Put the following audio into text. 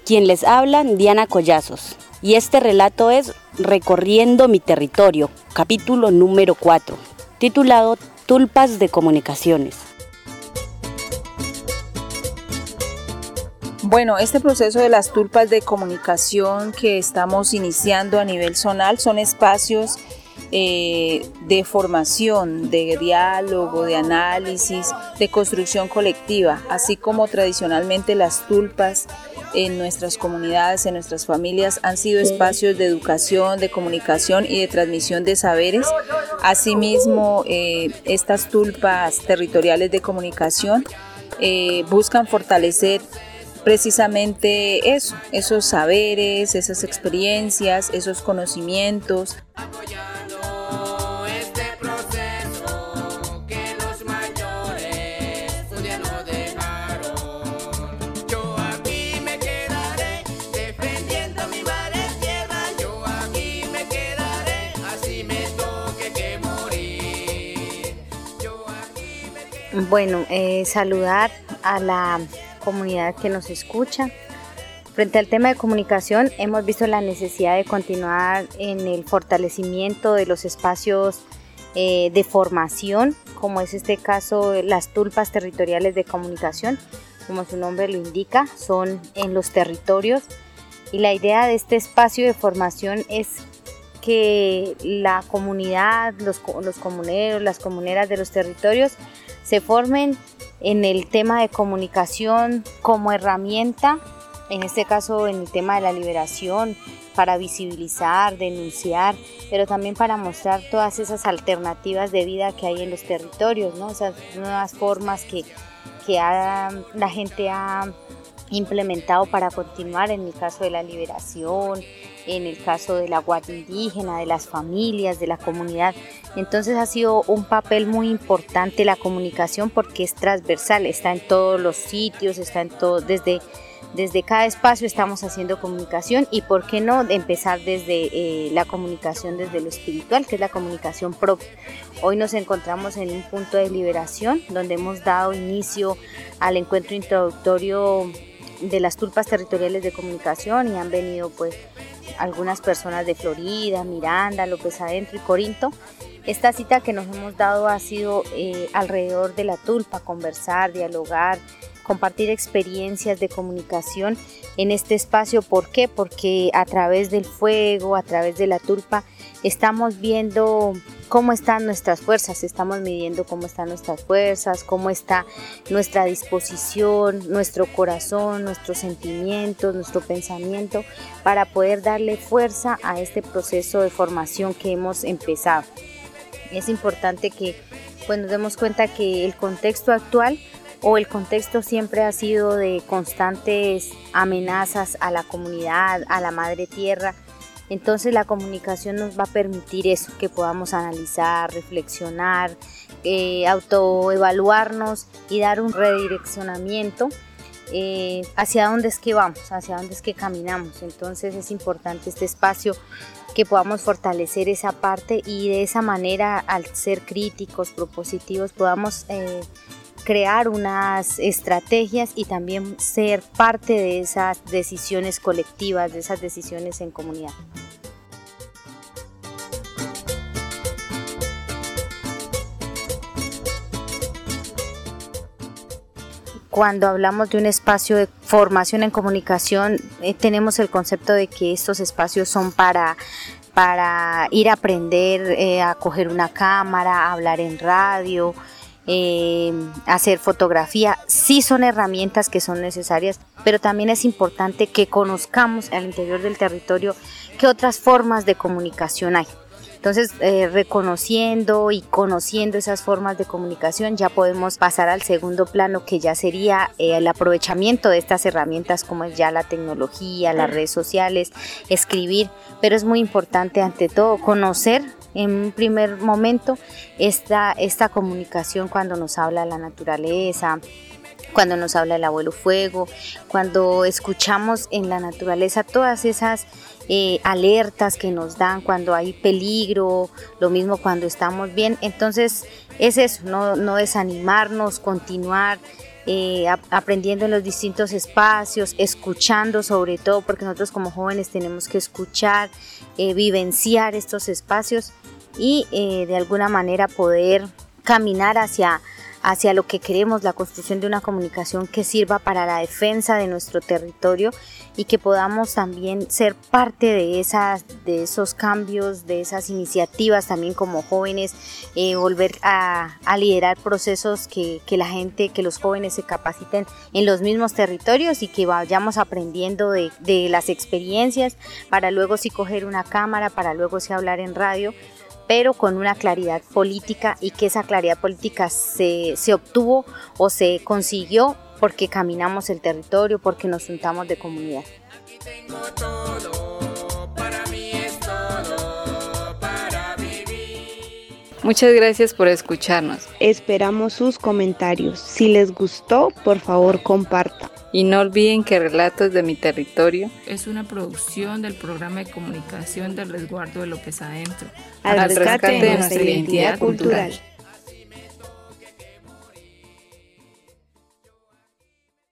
Quien les habla, Diana Collazos, y este relato es Recorriendo mi territorio, capítulo número 4, titulado Tulpas de Comunicaciones. Bueno, este proceso de las tulpas de comunicación que estamos iniciando a nivel zonal son espacios de formación, de diálogo, de análisis, de construcción colectiva, así como tradicionalmente las tulpas en nuestras comunidades, en nuestras familias, han sido espacios de educación, de comunicación y de transmisión de saberes. Asimismo, estas tulpas territoriales de comunicación buscan fortalecer precisamente eso, esos saberes, esas experiencias, esos conocimientos. Bueno, saludar a la comunidad que nos escucha. Frente al tema de comunicación, hemos visto la necesidad de continuar en el fortalecimiento de los espacios de formación, como es este caso las tulpas territoriales de comunicación, como su nombre lo indica, son en los territorios, y la idea de este espacio de formación es que la comunidad, los comuneros, las comuneras de los territorios se formen en el tema de comunicación como herramienta, en este caso en el tema de la liberación, para visibilizar, denunciar, pero también para mostrar todas esas alternativas de vida que hay en los territorios, ¿no? Esas nuevas formas que la gente ha implementado para continuar, en el caso de la liberación, en el caso de la guardia indígena, de las familias, de la comunidad. Entonces ha sido un papel muy importante la comunicación porque es transversal, está en todos los sitios, está en todo, desde cada espacio estamos haciendo comunicación, y por qué no empezar desde la comunicación desde lo espiritual, que es la comunicación propia. Hoy nos encontramos en un punto de liberación donde hemos dado inicio al encuentro introductorio de las tulpas territoriales de comunicación, y han venido pues algunas personas de Florida, Miranda, López Adentro y Corinto. Esta cita que nos hemos dado ha sido alrededor de la tulpa, conversar, dialogar, compartir experiencias de comunicación en este espacio. ¿Por qué? Porque a través del fuego, a través de la tulpa, estamos viendo cómo están nuestras fuerzas, estamos midiendo cómo están nuestras fuerzas, cómo está nuestra disposición, nuestro corazón, nuestros sentimientos, nuestro pensamiento, para poder darle fuerza a este proceso de formación que hemos empezado. Es importante que pues, nos demos cuenta que el contexto actual o el contexto siempre ha sido de constantes amenazas a la comunidad, a la madre tierra. Entonces la comunicación nos va a permitir eso, que podamos analizar, reflexionar, autoevaluarnos y dar un redireccionamiento hacia dónde es que vamos, hacia dónde es que caminamos. Entonces es importante este espacio, que podamos fortalecer esa parte, y de esa manera, al ser críticos, propositivos, podamos crear unas estrategias y también ser parte de esas decisiones colectivas, de esas decisiones en comunidad. Cuando hablamos de un espacio de formación en comunicación, tenemos el concepto de que estos espacios son para ir a aprender a coger una cámara, a hablar en radio, hacer fotografía. Sí son herramientas que son necesarias, pero también es importante que conozcamos al interior del territorio qué otras formas de comunicación hay. Entonces, reconociendo y conociendo esas formas de comunicación, ya podemos pasar al segundo plano, que ya sería el aprovechamiento de estas herramientas, como es ya la tecnología, las redes sociales, escribir. Pero es muy importante, ante todo, conocer en un primer momento esta comunicación cuando nos habla la naturaleza, cuando nos habla el abuelo fuego, cuando escuchamos en la naturaleza todas esas alertas que nos dan cuando hay peligro, lo mismo cuando estamos bien. Entonces es eso, no desanimarnos, continuar, aprendiendo en los distintos espacios, escuchando sobre todo, porque nosotros como jóvenes tenemos que escuchar, vivenciar estos espacios y de alguna manera poder caminar hacia lo que queremos, la construcción de una comunicación que sirva para la defensa de nuestro territorio y que podamos también ser parte de esos cambios, de esas iniciativas también como jóvenes, volver a liderar procesos que los jóvenes se capaciten en los mismos territorios y que vayamos aprendiendo de las experiencias para luego sí coger una cámara, para luego sí hablar en radio, pero con una claridad política y que esa claridad política se obtuvo o se consiguió porque caminamos el territorio, porque nos juntamos de comunidad. Aquí tengo todo, para mí es todo, para vivir. Muchas gracias por escucharnos. Esperamos sus comentarios. Si les gustó, por favor compartan. Y no olviden que Relatos de mi Territorio es una producción del programa de comunicación del resguardo de López Adentro. Al rescate de nuestra identidad cultural.